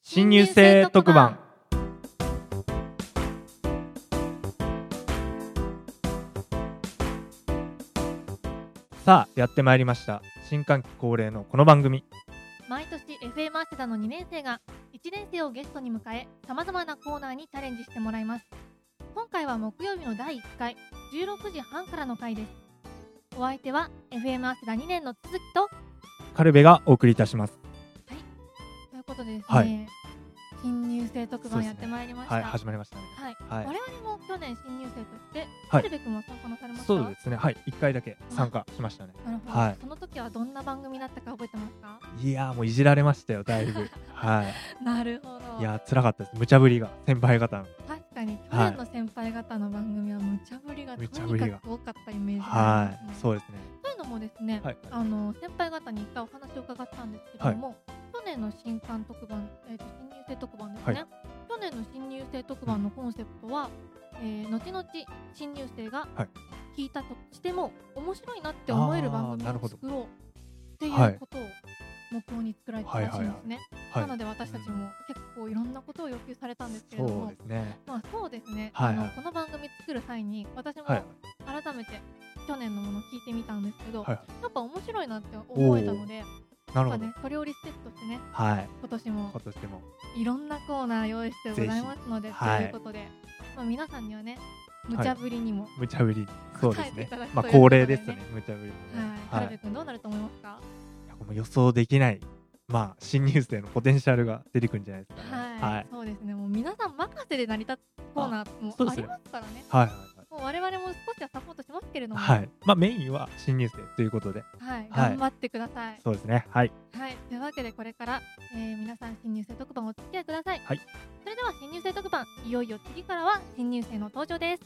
新入生特番。さあやってまいりました。新歓期恒例のこの番組、 毎年 FM 早稲田の2年生が1年生をゲストに迎え、さまざまなコーナーにチャレンジしてもらいます。今回は木曜日の第1回16時半からの回です。お相手は FM 早稲田2年の鈴木とカルベがお送りいたします。 はい、ということでですね、 はい、 新入生特番やってまいりました。 はい、始まりましたね。 はい、我々も去年新入生として、 はい、 カルベ君は参加なされました？ そうですね、はい、1回だけ参加しましたね。 なるほど、はい、その時はどんな番組だったか覚えてますか？ いやーもういじられましたよ、だいぶ。はい。 なるほど。 いやー辛かったです、無茶ぶりが先輩方の。 確かに去年の先輩方の番組は無茶ぶりがとにかく多かったイメージがありますね。 はい、そうですね。 というのもですね、はい、先輩方に一回お話を伺ったんですけれども、はい、去年の新歓特番、新入生特番ですね、はい、去年の新入生特番のコンセプトは、後々新入生が聞いたとしても面白いなって思える番組を作ろうっていうことを目標に作られてたらしいんですね。なので私たちも結構いろんなことを要求されたんですけれども、そうですね、そうですね、はいはい、この番組作る際に私も改めて去年のものを聞いてみたんですけど、はい、やっぱ面白いなって思えたので、なるほど、それをリスペクトしてね、はい、今年もいろんなコーナー用意してございますので、ということで、皆さんにはね、無茶ぶりにも、無茶ぶり、そうですね、恒例ですね、無茶ぶりもね。カルベ君どうなると思いますか？ いや、もう予想できない、新入生のポテンシャルが出てくるんじゃないですかね。 はい、そうですね、もう皆さん任せで成り立つコーナーもありますからね。 はいはいはい、 もう我々も少しはサポートしますけれども、 はい、メインは新入生ということで、 はい、頑張ってください。 そうですね、はい、 はい、というわけでこれから、皆さん新入生特番お付き合いください。はい、それでは新入生特番、いよいよ次からは新入生の登場です。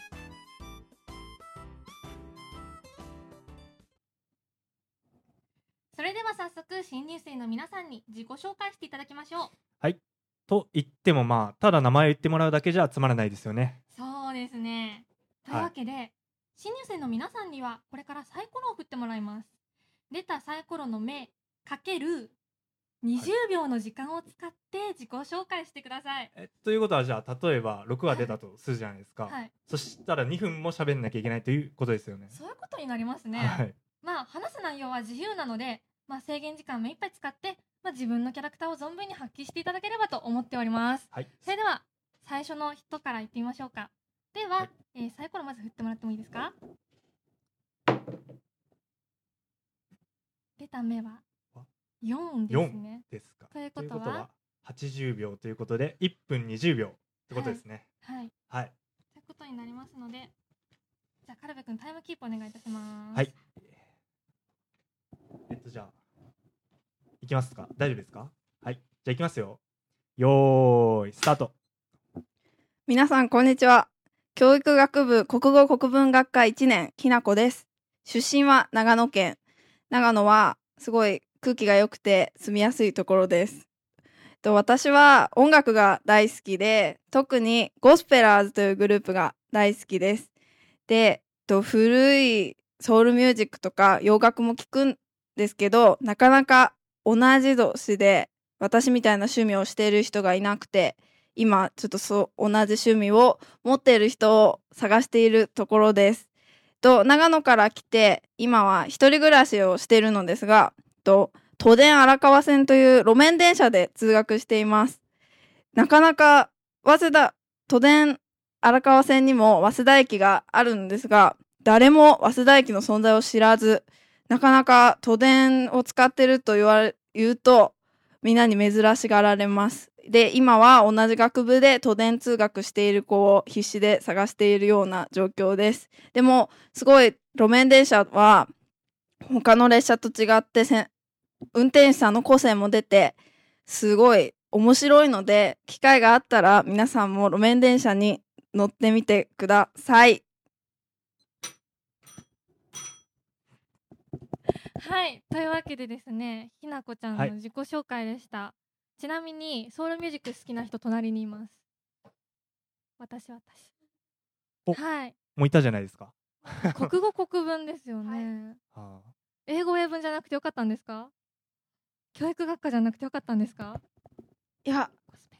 それでは早速新入生の皆さんに自己紹介していただきましょう。 はい、と言ってもただ名前を言ってもらうだけじゃつまらないですよね。 そうですね。というわけで、はい、新入生の皆さんにはこれからサイコロを振ってもらいます。出たサイコロの目かける20秒の時間を使って自己紹介してください。 ということは、じゃあ例えば6が出たとするじゃないですか、はい、そしたら2分も喋んなきゃいけないということですよね。 そういうことになりますね。はい、話す内容は自由なので、制限時間目いっぱい使って、自分のキャラクターを存分に発揮していただければと思っております。はい、それでは最初の人から言ってみましょうか。では、はい、サイコロまず振ってもらってもいいですか？出た目は4ですね。 4ですか。 ということは 80秒ということで1分20秒ってことですね。 はい、はい、ということになりますので、じゃあカルベ君タイムキープお願いいたします。はい、 じゃあいきますか？大丈夫ですか？はい、じゃあいきますよ。よーいスタート。 皆さんこんにちは。教育学部国語国文学科1年ひなこです。出身は長野県。長野はすごい空気が良くて住みやすいところです。私は音楽が大好きで、特にゴスペラーズというグループが大好きです。で、古いソウルミュージックとか洋楽も聴くんですけど、なかなか同じ年で私みたいな趣味をしている人がいなくて、今ちょっと同じ趣味を持っている人を探しているところです。長野から来て今は一人暮らしをしているのですが、都電荒川線という路面電車で通学しています。なかなか都電荒川線にも早稲田駅があるんですが、誰も早稲田駅の存在を知らず、なかなか都電を使っていると言うとみんなに珍しがられます。で、今は同じ学部で都電通学している子を必死で探しているような状況です。でもすごい路面電車は他の列車と違って運転手さんの個性も出てすごい面白いので、機会があったら皆さんも路面電車に乗ってみてください。 はい、というわけでですね、ひなこちゃんの自己紹介でした。はい、ちなみにソウルミュージック好きな人隣にいます。私。はい。 もういたじゃないですか。 国語国文ですよね。はい、英語英文じゃなくてよかったんですか？教育学科じゃなくてよかったんですか？ いや、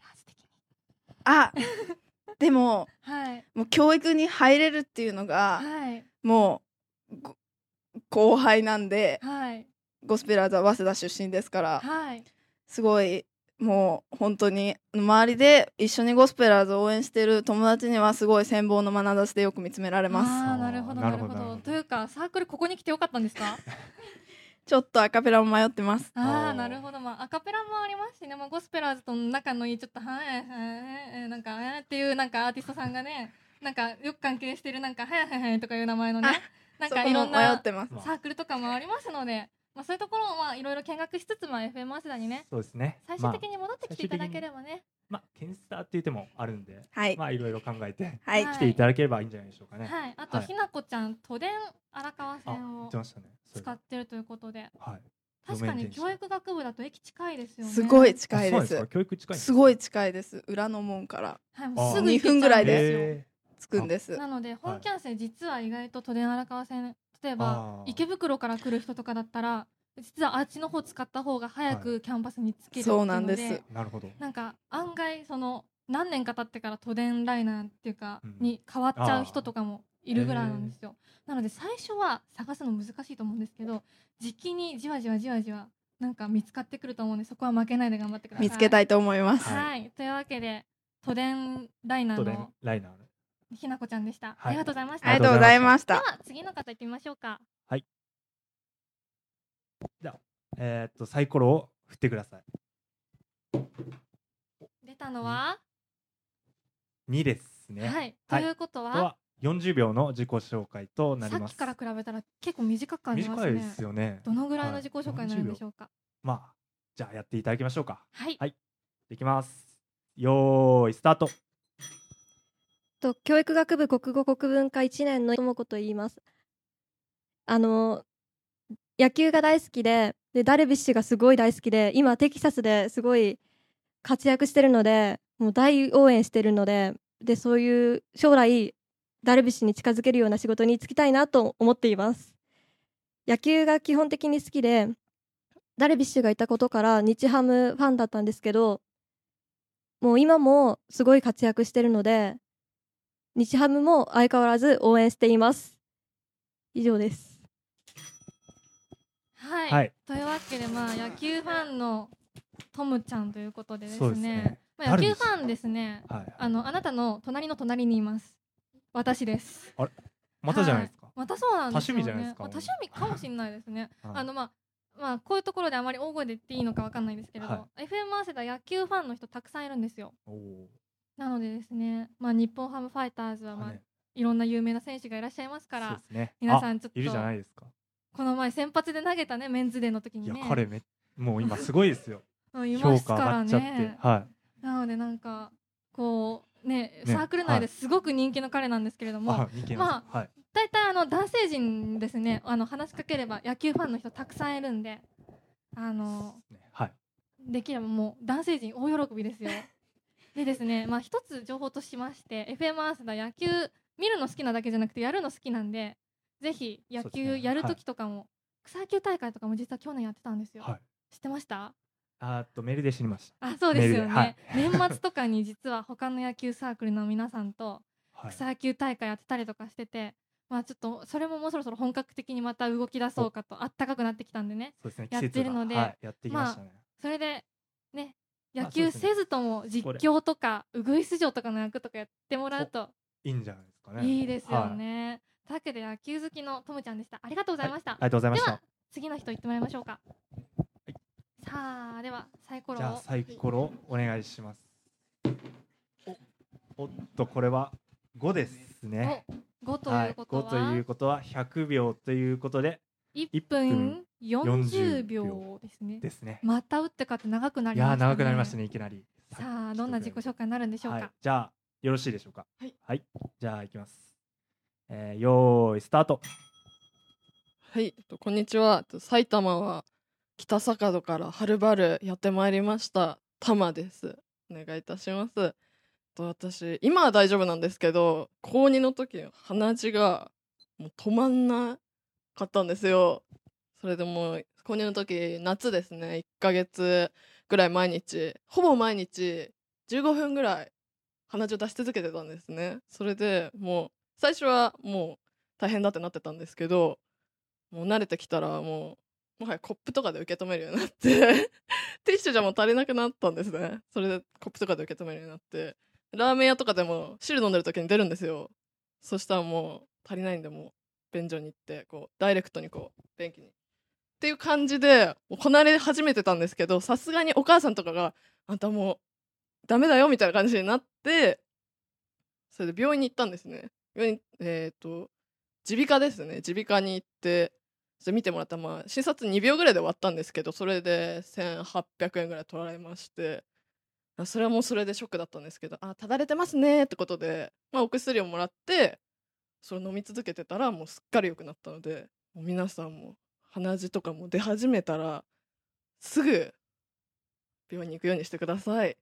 あでもはい。 もう教育に入れるっていうのがはい。 もう後輩なんで、 はい。 ゴスペラーズは早稲田出身ですから、 はい。 すごいもう本当に周りで一緒にゴスペラーズを応援してる友達にはすごい羨望の眼差しでよく見つめられます。 ああ、なるほどなるほど。というかサークルここに来てよかったんですか？ ちょっとアカペラも迷ってます。 ああ、なるほど。まあアカペラもありますしね。まあゴスペラーズと仲のいいちょっとなんかっていうなんかアーティストさんがね、なんかよく関係してるなんかとかいう名前のね、なんかいろんなそこも迷ってます。 サークルとかもありますので。まあ、そういうところをまあいろいろ見学しつつ、まあ、FM 早稲田にね、 そうですね。 最終的に戻ってきていただければね、 まあケンスターっていう手もあるんで、 はい、 まあいろいろ考えてはい、 来ていただければいいんじゃないでしょうかね。 はい、あと、ひなこちゃん都電荒川線を使ってるということで、 はい、 確かに教育学部だと駅近いですよね。 すごい近いです。 教育近い。 すごい近いです。裏の門から、 はい、もうすぐ 2分ぐらいで着くんです。 なので本キャン生実は意外と都電荒川線、例えば池袋から来る人とかだったら実はあっちの方使った方が早くキャンパスに着けるっていうので、 そうなんです。 なるほど。 なんか案外その何年か経ってから都電ライナーっていうかに変わっちゃう人とかもいるぐらいなんですよ。なので最初は探すの難しいと思うんですけど、時期にじわじわなんか見つかってくると思うんで、そこは負けないで頑張ってください。 見つけたいと思います。 はい、というわけで都電ライナーのひなこちゃんでした。ありがとうございました。 ありがとうございました。 では次の方行ってみましょうか。 はい。じゃあサイコロを振ってください。 出たのは 2ですね。 はい。ということは 40秒の自己紹介となります。 さっきから比べたら結構短く感じますね。 短いですよね。 どのぐらいの自己紹介になるんでしょうか。 まあじゃあやっていただきましょうか。 はい。 はい。いきます。よーいスタート。 教育学部国語国文科1年のともこと言います。野球が大好きでダルビッシュがすごい大好きで、今テキサスですごい活躍してるので、もう大応援してるので、そういう将来ダルビッシュに近づけるような仕事に就きたいなと思っています。野球が基本的に好きで、ダルビッシュがいたことから日ハムファンだったんですけど、もう今もすごい活躍してるので、日ハムも相変わらず応援しています。以上です。 はい、はい、というわけで、まあ、野球ファンのトムちゃんということでですね、まあ、野球ファンですね、あなたの隣の隣にいます。私です。 あれまたじゃないですか。 またそうなんですよね。 多趣味じゃないですか。 多趣味かもしれないですね。まあこういうところであまり大声で言っていいのかわかんないんですけれど、FM 早稲田野球ファンの人たくさんいるんですよ。なのでですね、まあ日本ハムファイターズはまあいろんな有名な選手がいらっしゃいますから、皆さんちょっといるじゃないですか。 この前先発で投げたねメンズデーの時にね。 いや彼もう今すごいですよ。 評価上がっちゃって。 はい。 なのでなんかこうねサークル内ですごく人気の彼なんですけれども、まあ大体男性陣ですね、話しかければ野球ファンの人たくさんいるんで、できればもう男性陣大喜びですよ。でですね、まあ一つ情報としまして、FM 早稲田野球見るの好きなだけじゃなくてやるの好きなんで、ぜひ野球やる時とかも、草野球大会とかも実は去年やってたんですよ。知ってました？ メールで知りました。 そうですよね。年末とかに実は他の野球サークルの皆さんと草野球大会やってたりとかしてて、まあちょっとそれももうそろそろ本格的にまた動き出そうかと、あったかくなってきたんでね、やってるので、まあそれでね、野球せずとも実況とかウグイス嬢とかの役とかやってもらうといいんじゃないですかね。 いいですよね。というわけで野球好きのトムちゃんでした。ありがとうございました。 ありがとうございました。 では次の人行ってもらいましょうか。さあではサイコロを。 じゃあサイコロお願いします。おっとこれは5ですね。 5ということは、 5ということは100秒ということで 1分40秒ですね。また打ってかって長くなりましたね。 いや長くなりましたね、いきなり。 さあどんな自己紹介になるんでしょうか。 じゃあよろしいでしょうか。はい、じゃあいきます。よーいスタート。 はい、こんにちは。埼玉は北坂戸からはるばるやってまいりましたたまです。お願いいたします。私今は大丈夫なんですけど、高2の時鼻血がもう止まんなかったんですよ。それでもう高2の時夏ですね、1ヶ月ぐらいほぼ毎日15分ぐらい鼻血を出し続けてたんですね。それでもう最初はもう大変だってなってたんですけど、もう慣れてきたらもはやコップとかで受け止めるようになってティッシュじゃもう足りなくなったんですね。それでコップとかで受け止めるようになって、ラーメン屋とかでも汁飲んでる時に出るんですよ。そしたらもう足りないんで、もう便所に行ってこうダイレクトにこう便器にっていう感じでもうこなれ始めてたんですけど、さすがにお母さんとかがあんたもうダメだよみたいな感じになって、それで病院に行ったんですね。病院耳鼻科ですね。耳鼻科に行ってそれ見てもらったら、まあ診察2秒ぐらいで終わったんですけど、それで1800円ぐらい取られまして、それはもうそれでショックだったんですけど、ただれてますねってことで、まあ、お薬をもらってそれ飲み続けてたらもうすっかり良くなったので、もう皆さんも鼻血とかも出始めたらすぐ病院に行くようにしてください。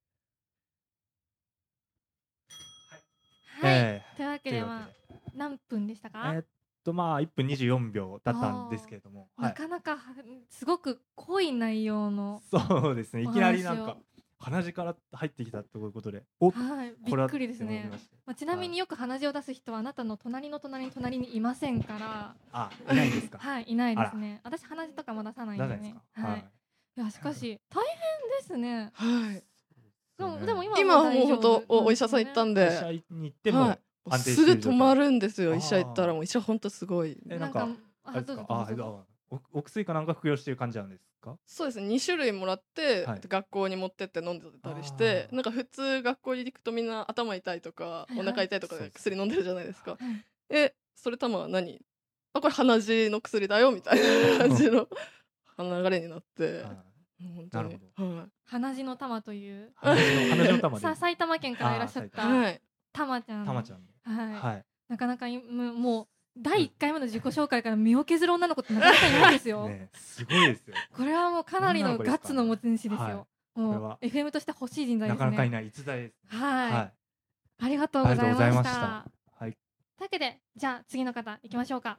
はい、というわけで何分でしたか？ まあ1分24秒だったんですけれども、 なかなかすごく濃い内容の、 そうですね、いきなりなんか鼻血から入ってきたということで、 はい、びっくりですね。ちなみによく鼻血を出す人はあなたの隣にいませんから。 いないんですか？ はい、いないですね。私鼻血とかも出さないんでね。はい。いやしかし大変ですね。 はい。 でも今はもう本当お医者さん行ったんで、 医者に行ってもすぐ止まるんですよ。医者行ったらもう医者本当すごい。 なんかお薬かなんか服用してる感じなんですか？ そうですね、2種類もらって、学校に持ってって飲んでたりして、なんか普通学校に行くとみんな頭痛いとかお腹痛いとかで薬飲んでるじゃないですか。それ玉は何？これ鼻血の薬だよみたいな感じの流れになって、本当に鼻血の玉という鼻血の玉で埼玉県からいらっしゃった玉ちゃん、なかなかもう第1回目の自己紹介から身を削る女の子ってなかなかいないですよ。 すごいですよ。 これはもうかなりのガッツの持ち主ですよ。もう FM として欲しい人材ですね。 なかなかいない逸材です。 はい、ありがとうございました。というわけでじゃあ次の方いきましょうか。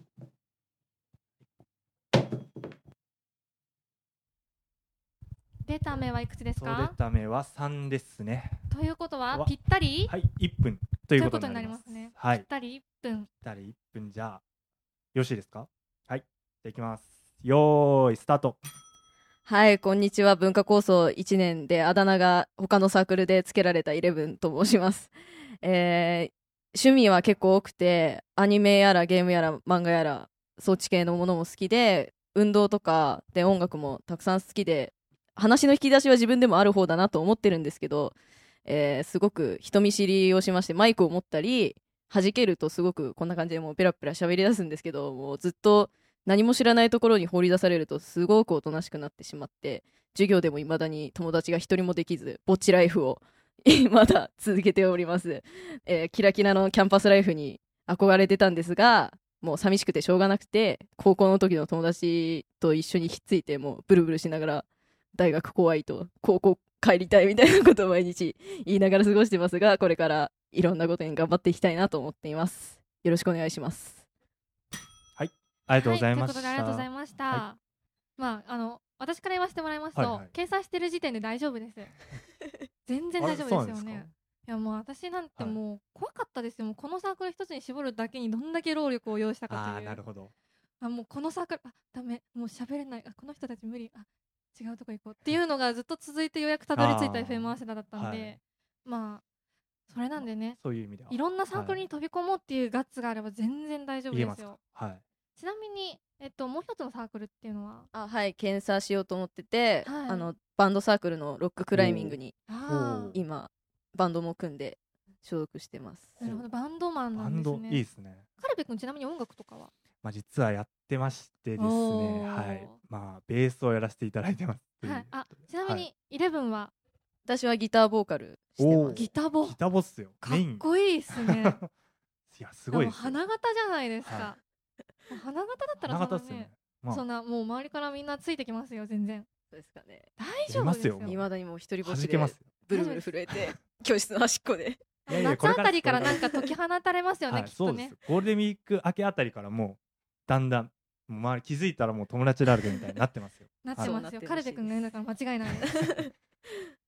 出た目はいくつですか？ 出た目は3ですね。 ということはぴったり 1分ということになりますね。ぴったり1分。 じゃあよろしいですか？はい、じゃあいきます。よーいスタート。 はい、こんにちは。文化構想1年であだ名が他のサークルで付けられたイレブンと申します。趣味は結構多くて、アニメやらゲームやら漫画やらそっち系のものも好きで、運動とかで音楽もたくさん好きで、話の引き出しは自分でもある方だなと思ってるんですけど、すごく人見知りをしまして、マイクを持ったり弾けるとすごくこんな感じでもうペラペラ喋り出すんですけど、もうずっと何も知らないところに放り出されるとすごくおとなしくなってしまって、授業でも未だに友達が一人もできず、ぼっちライフをまだ続けております。キラキラのキャンパスライフに憧れてたんですが、もう寂しくてしょうがなくて、高校の時の友達と一緒にひっついて、もうブルブルしながら大学怖いと高校帰りたいみたいなことを毎日言いながら過ごしてますが、これからいろんなことに頑張っていきたいなと思っています。よろしくお願いします。 はい、ありがとうございました。 ということでありがとうございました。まあ私から言わせてもらいますと、掲載してる時点で大丈夫です。全然大丈夫ですよね。いやもう私なんてもう怖かったですよ。もうこのサークル一つに絞るだけにどんだけ労力を要したかという。 なるほど。 もうこのサークルダメ、もう喋れない、この人たち無理、違うとこ行こうっていうのがずっと続いてようやくたどり着いた FM 早稲田だったんで、まあそれなんでね、 そういう意味ではいろんなサークルに飛び込もうっていうガッツがあれば全然大丈夫ですよ。ちなみにもう一つのサークルっていうのははい、検査しようと思ってて、バンドサークルのロッククライミングに今バンドも組んで所属してます。 なるほど、バンドマンなんですね。 バンドいいですね。 カルベ君ちなみに音楽とかは？ 実はやってましてですね、ベースをやらせていただいてます。 ちなみにイレブンは？ 私はギターボーカルしてます。 ギタボっすよ。 かっこいいっすね。 いやすごいですよ。 花形じゃないですか。花形だったらそんなもう周りからみんなついてきますよ。全然。 そうですかね。 大丈夫ですよ。 未だにもう一人ぼっちでブルブル震えて教室の端っこで。 夏あたりからなんか解き放たれますよね、きっとね。 ゴールデンウィーク明けあたりからもうだんだん周り気づいたらもう友達だらけみたいになってますよ。 なってますよ。カルベ君のだから間違いないです。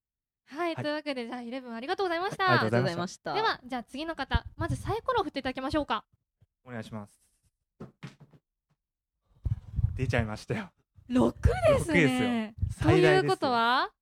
はい、 はいというわけでじゃあイレブンありがとうございました。 ありがとうございありがとうございました。 ではじゃあ次の方、まずサイコロを振っていただきましょうか。 お願いします。出ちゃいましたよ。 6ですね。と最大ですよいうことは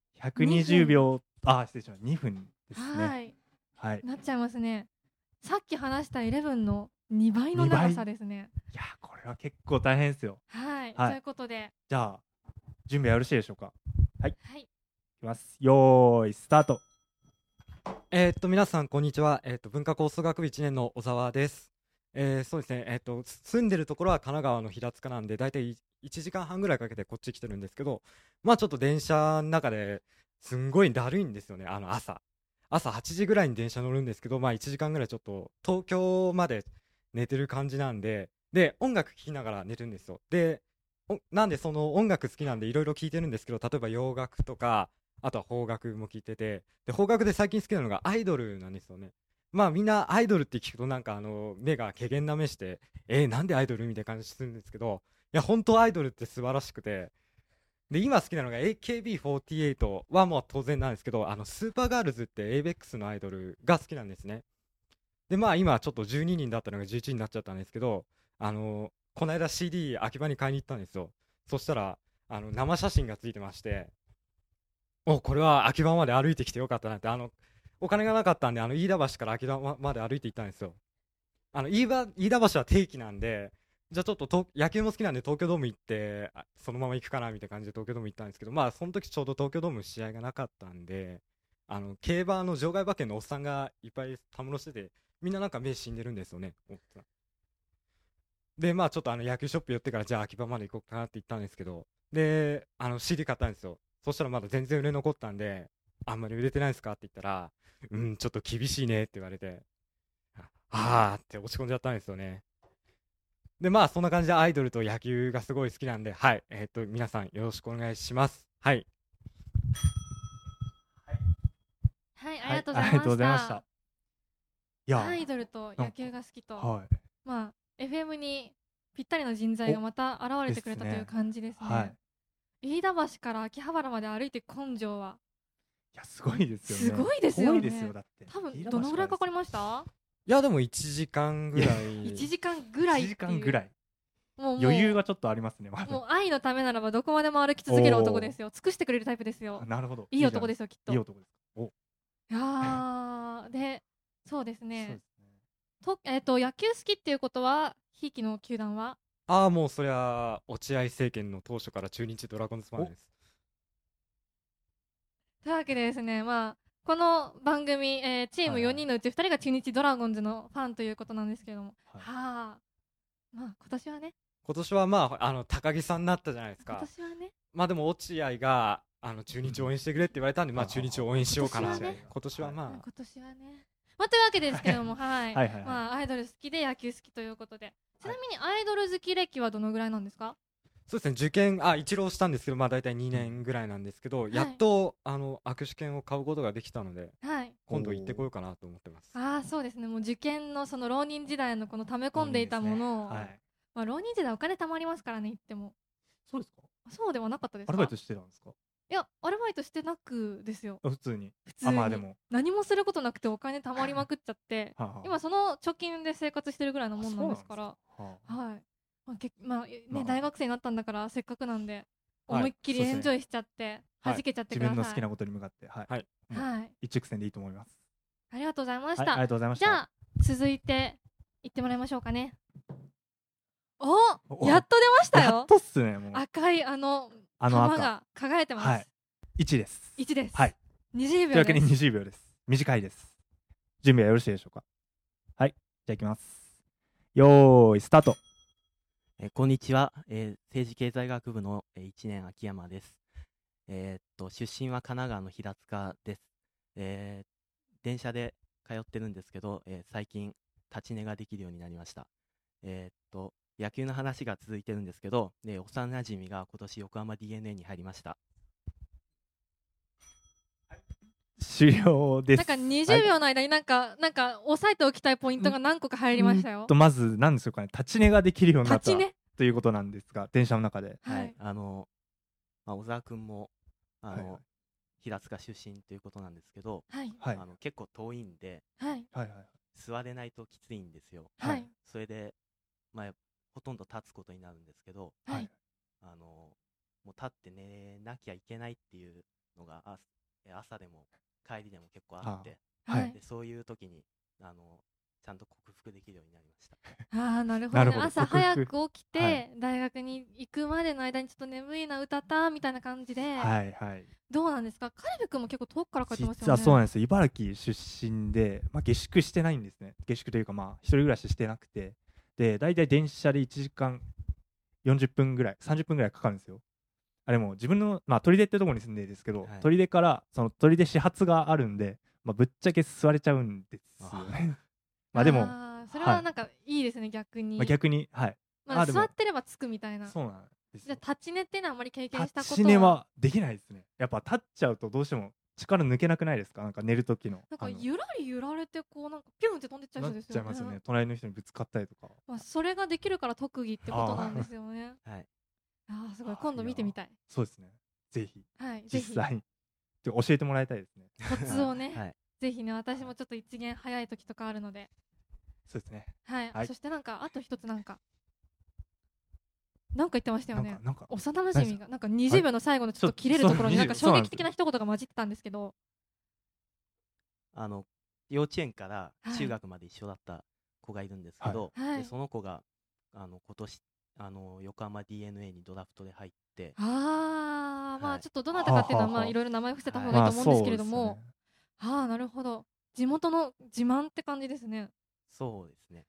120秒、失礼しました。2分ですね。 はいはい。 なっちゃいますね。さっき話したイレブンの2倍の長さですね。 いやこれは結構大変ですよ。 はい、 はいということで、 じゃあ準備はよろしいでしょうか。 はい、 いきます。よーいスタート。 皆さんこんにちは。文化構想学部1年の小沢です。そうですね。住んでるところは神奈川の平塚なんで、だいたい1時間半ぐらいかけてこっち来てるんですけど、まあちょっと電車の中ですんごいだるいんですよね。朝8時ぐらいに電車乗るんですけど、まあ1時間ぐらいちょっと東京まで寝てる感じなんで、で音楽聴きながら寝るんですよ。でなんでその音楽好きなんでいろいろ聴いてるんですけど、例えば洋楽とかあとは邦楽も聴いてて、で邦楽で最近好きなのがアイドルなんですよね。まあみんなアイドルって聞くとなんか目がけげんな目してなんでアイドルみたいな感じするんですけど、いや本当アイドルって素晴らしくて、で今好きなのが AKB48 はもう当然なんですけど、スーパーガールズって ABEX のアイドルが好きなんですね。でまあ今ちょっと12人だったのが11人になっちゃったんですけど、この間 CD 秋葉に買いに行ったんですよ。そしたら生写真がついてまして、これは秋葉まで歩いてきてよかったなって。お金がなかったんで飯田橋から秋葉まで歩いて行ったんですよ。飯田橋は定期なんで、じゃあちょっと野球も好きなんで東京ドーム行ってそのまま行くかなみたいな感じで東京ドーム行ったんですけど、まあその時ちょうど東京ドーム試合がなかったんで、競馬の場外馬券のおっさんがいっぱいたむろしてて、みんななんか目死んでるんですよね。でまあちょっと野球ショップ寄ってからじゃあ秋葉まで行こうかなって言ったんですけど、でCD 買ったんですよ。そしたらまだ全然売れ残ったんで、あんまり売れてないですかって言ったら、ちょっと厳しいねって言われて、って落ち込んじゃったんですよね。でまあそんな感じでアイドルと野球がすごい好きなんで、はい、皆さんよろしくお願いします。はい、 はい、ありがとうごあざいましりがとうございましたた。。 いやアイドルと野球が好きと、 はいまあ FM にぴったりの人材がまた現れてくれたという感じですね。 はい飯田橋から秋葉原まで歩いて根性は、 いやすごいですよね。 すごいですよね遠いですよだって。 多分どのぐらいかかりました？ いやでも1時間ぐらい 1時間ぐらいっていう。 1時間ぐらい。 もう余裕がちょっとありますね。まだもう愛のためならばどこまでも歩き続ける男ですよ。尽くしてくれるタイプですよ。 なるほど。 いい男ですよきっと。 いい男です。お、 いやーでそうですそうねですね。 野球好きっていうことはひいきの球団は？ もうそりゃ落合政権の当初から中日ドラゴンズファンです。 というわけでですね、まあこの番組、チーム4人のうち2人が中日ドラゴンズのファンということなんですけれども、 はいまあ今年はね、 今年はまあ高木さんになったじゃないです今か。 年はね、 まあでも落合が中日を応援してくれって言われたんで、まあ中日を応援しようかな。 今年はね今年はまあ今年はね、まあというわけですけれども、はい、 はいはいはいまあアイドル好きで野球好きということで、ちなみにアイドル好き歴はどのぐらいなんですか？ そうですね、受験一浪したんですけど、まあ大体2年ぐらいなんですけど、やっと握手券を買うことができたので、 はい。 今度行ってこようかなと思ってます。 ああそうですね、もう受験のその浪人時代のこの溜め込んでいたものを、 はい。 まあ浪人時代お金貯まりますからね、言っても。 そうですか。 そうではなかったですか？ アルバイトしてたんですか。 いやアルバイトしてなくですよ。 普通に。 普通にまあでも。 何もすることなくてお金貯まりまくっちゃってはあはあ今その貯金で生活してるぐらいのもんなんですから。 そうなんですか。ははい。まあね、 まあ大学生になったんだからせっかくなんではい思いっきりそうですねエンジョイしちゃって、 はい弾けちゃって自ください。 分の好きなことに向かって、はい。 はい。 はい。 一直線でいいと思います。 ありがとうございましはい、 た。 ありがとうございました。 じゃあ続いて行ってもらいましょうかね。 おやっと出ましたやよっ。とっすね、もう。 赤い玉赤。 が輝いてます。 はい。1です。 1です。 はい。 20 という秒わけでです。 20秒です。短いです。準備はよろしいでしょうか。はい。じゃあ行きます。よーい、スタート。 こんにちは、政治経済学部の1年秋山です。出身は神奈川の平塚です。電車で通ってるんですけど、最近立ち寝ができるようになりました。野球の話が続いてるんですけど、幼馴染が今年横浜 DNA に入りました。 終了です。 なんか20秒の間になんか押さえておきたいポイントが何個か入りましたよ。 まず何でしょうかね、立ち寝ができるようになった立ち寝。 ということなんですが、電車の中で。 はい。 小沢君もはいはい平塚出身ということなんですけど、 はいはい結構遠いんではいはい座れないときついんですよ。 はいそれで、ほとんど立つことになるんですけど、 はいもう立って寝なきゃいけないっていうのが朝でも帰りでも結構あって、 はいでそういう時にちゃんと克服できるようになりました。 なるほどね。 なるほど朝早く起きて、 はい大学に行くまでの間にちょっと眠いな歌ったみたいな感じで、 はいはい。 どうなんですか？カルビ君も結構遠くから帰ってますよね。 実はそうなんですよ。茨城出身で、下宿してないんですね。下宿というか一人暮らししてなくて、で大体電車で1時間40分ぐらい30分ぐらいかかるんですよ。あれも自分の砦ってところに住んでるんですけど、砦からその砦始発があるんで、ぶっちゃけ座れちゃうんですよね。でもそれはなんかいいですね、逆に。 逆にはい座ってれば着くみたいな。 そうなんですよ。 じゃあ立ち寝っていうのはあんまり経験したことは。 立ち寝はできないですね。やっぱ立っちゃうとどうしても力抜けなくないですか？なんか寝る時のなんかゆらり揺られてこうなんかピュンって飛んでっちゃいそうですよね。 なっちゃいますよね。隣の人にぶつかったりとか。 それができるから特技ってことなんですよね。 はい。 すごい、今度見てみたい。 そうですね。ぜひ、 はい、 実際に教えてもらいたいですね。 コツをね、ぜひね、私もちょっと一元早い時とかあるので。 そうですね。 はい。そしてなんかあと一つなんか言ってましたよね。幼馴染がなんか20秒の最後のちょっと切れるところになんか衝撃的な一言が混じってたんですけど、 幼稚園から中学まで一緒だった子がいるんですけど、でその子が今年横浜 DNA にドラフトで入って、ちょっとどなたかっていうのはいろいろ名前を伏せた方がいいと思うんですけれども、なるほど、地元の自慢って感じですね。 そうですね。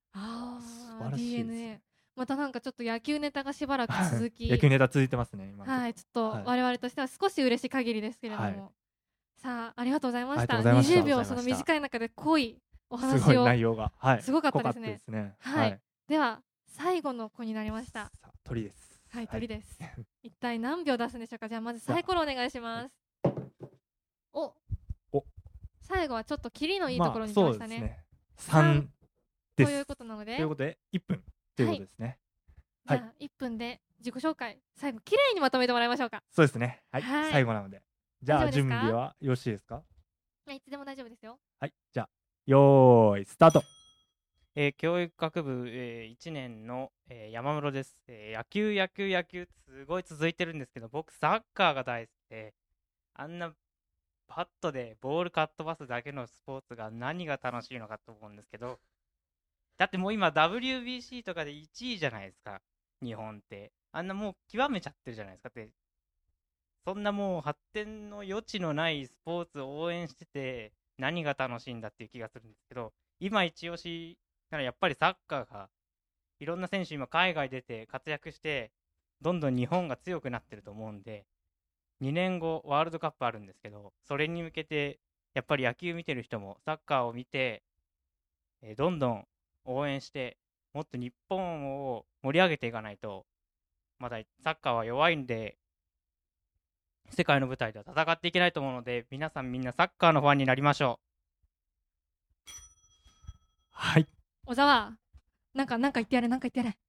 DNA またなんかちょっと野球ネタがしばらく続き野球ネタ続いてますね今。 はい、ちょっと我々としては少し嬉しい限りですけれども、さあありがとうございました。20秒その短い中で濃いお話を、 すごい内容がすごかったですね。はい、では最後の子になりました。 鳥です。 はい、鳥です。一体何秒出すんでしょうか。じゃあまずサイコロお願いします。お、最後はちょっとキリのいいところに来ましたね。 3です。 ということなので。 ということで1分ということですね。 じゃあ1分で自己紹介最後綺麗にまとめてもらいましょうか。 そうですね。はい、最後なので。じゃあ準備はよろしいですか？ いつでも大丈夫ですよ。 はい、じゃあよーいスタート。 教育学部、1年の、山室です。野球すごい続いてるんですけど、僕サッカーが大好きで、あんなパットでボールかっ飛ばすだけのスポーツが何が楽しいのかと思うんですけど、だってもう今 WBC とかで1位じゃないですか、日本って。あんなもう極めちゃってるじゃないですかって。そんなもう発展の余地のないスポーツを応援してて何が楽しいんだっていう気がするんですけど、今一押しならやっぱりサッカーが、いろんな選手今海外出て活躍してどんどん日本が強くなってると思うんで、2年後ワールドカップあるんですけど、それに向けてやっぱり野球見てる人もサッカーを見て、どんどん応援してもっと日本を盛り上げていかないと、まだサッカーは弱いんで世界の舞台では戦っていけないと思うので、皆さんみんなサッカーのファンになりましょう。 はい。 小沢、なんか言ってやれ。なんか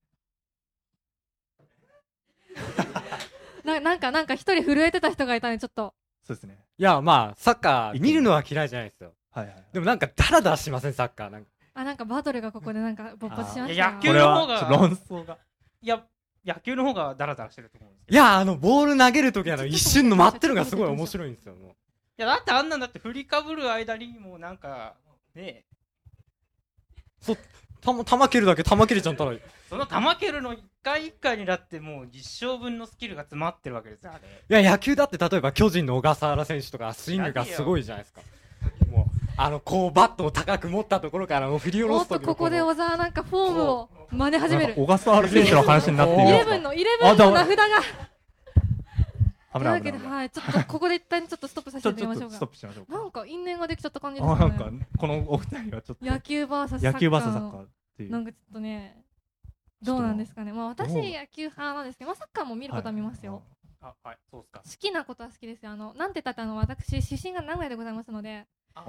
一人震えてた人がいたね、ちょっと。 そうですね。 いやサッカー見るのは嫌いじゃないですよ。でもなんかダラダラしませんサッカーなんかバトルがここでなんか勃発しました。 野球の方が論争が。 いや野球の方がダラダラしてると思うんですよ。 いやボール投げるとき一瞬の待ってるのがすごい面白いんですよ。もういやだってあんなんだって振りかぶる間にもうなんかね球蹴るだけ球蹴れちゃったら、 その球蹴るの一回一回にだってもう一生分のスキルが詰まってるわけですよ。 いや野球だって例えば巨人の小笠原選手とかスイングがすごいじゃないですか。もうこうバットを高く持ったところから振り下ろすときのここで小沢なんかフォームを真似始める。 小笠原選手の話になっている。 イレブンの名札が。というわけで、はい、ちょっとここで一旦ちょっとストップさせてみましょうか。なんか因縁ができちゃった感じですね。 なんかこのお二人はちょっと野球 VS サッカーっていう。なんかちょっとね、どうなんですかね。私野球派なんですけど、サッカーも見ることは見ますよ。 はい、そうですか。 好きなことは好きですよ。なんて言ったって私出身が名古屋でございますので、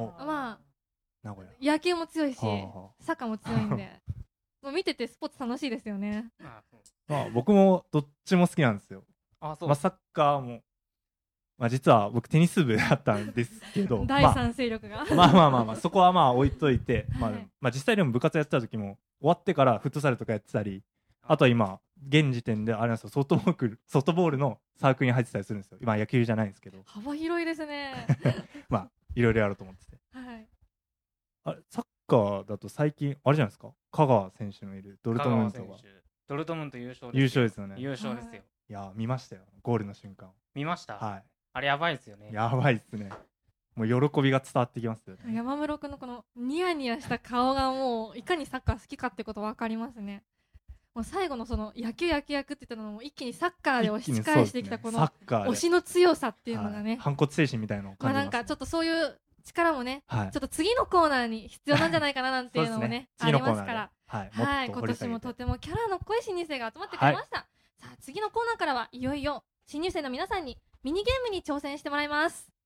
野球も強いしサッカーも強いんで、もう見ててスポーツ楽しいですよね。 僕もどっちも好きなんですよ。サッカーも実は僕テニス部だったんですけど第三勢力が、 まあそこはまあ置いといて、 はい実際でも部活やってた時も終わってからフットサルとかやってたり、あとは今現時点であれなんですよ、ソフトボールのサークルに入ってたりするんですよ。今野球じゃないんですけど幅広いですねいろいろやろうと思ってて、 はいあれサッカーだと最近あれじゃないですか、香川選手のいるドルトムントが香川選手ドルトムント優勝優勝ですよね。 優勝ですよ。 いや見ましたよ、ゴールの瞬間。 見ました、 はあれやばいですよね。 い、やばいっすね。もう喜びが伝わってきますよね。 山室君のこのニヤニヤした顔がもういかにサッカー好きかってこと分かりますね。もう最後のその野球って言ったのも一気にサッカーで押し返してきたこの推しの強さっていうのがね、 反骨精神みたいなのを感じます、ね。 なんかちょっとそういう力もね、 はい、 ちょっと次のコーナーに必要なんじゃないかななんていうのもねありますから、はい、今年もとてもキャラの濃い新入生が集まってくれました、さあ次のコーナーからはいよいよ新入生の皆さんにミニゲームに挑戦してもらいます。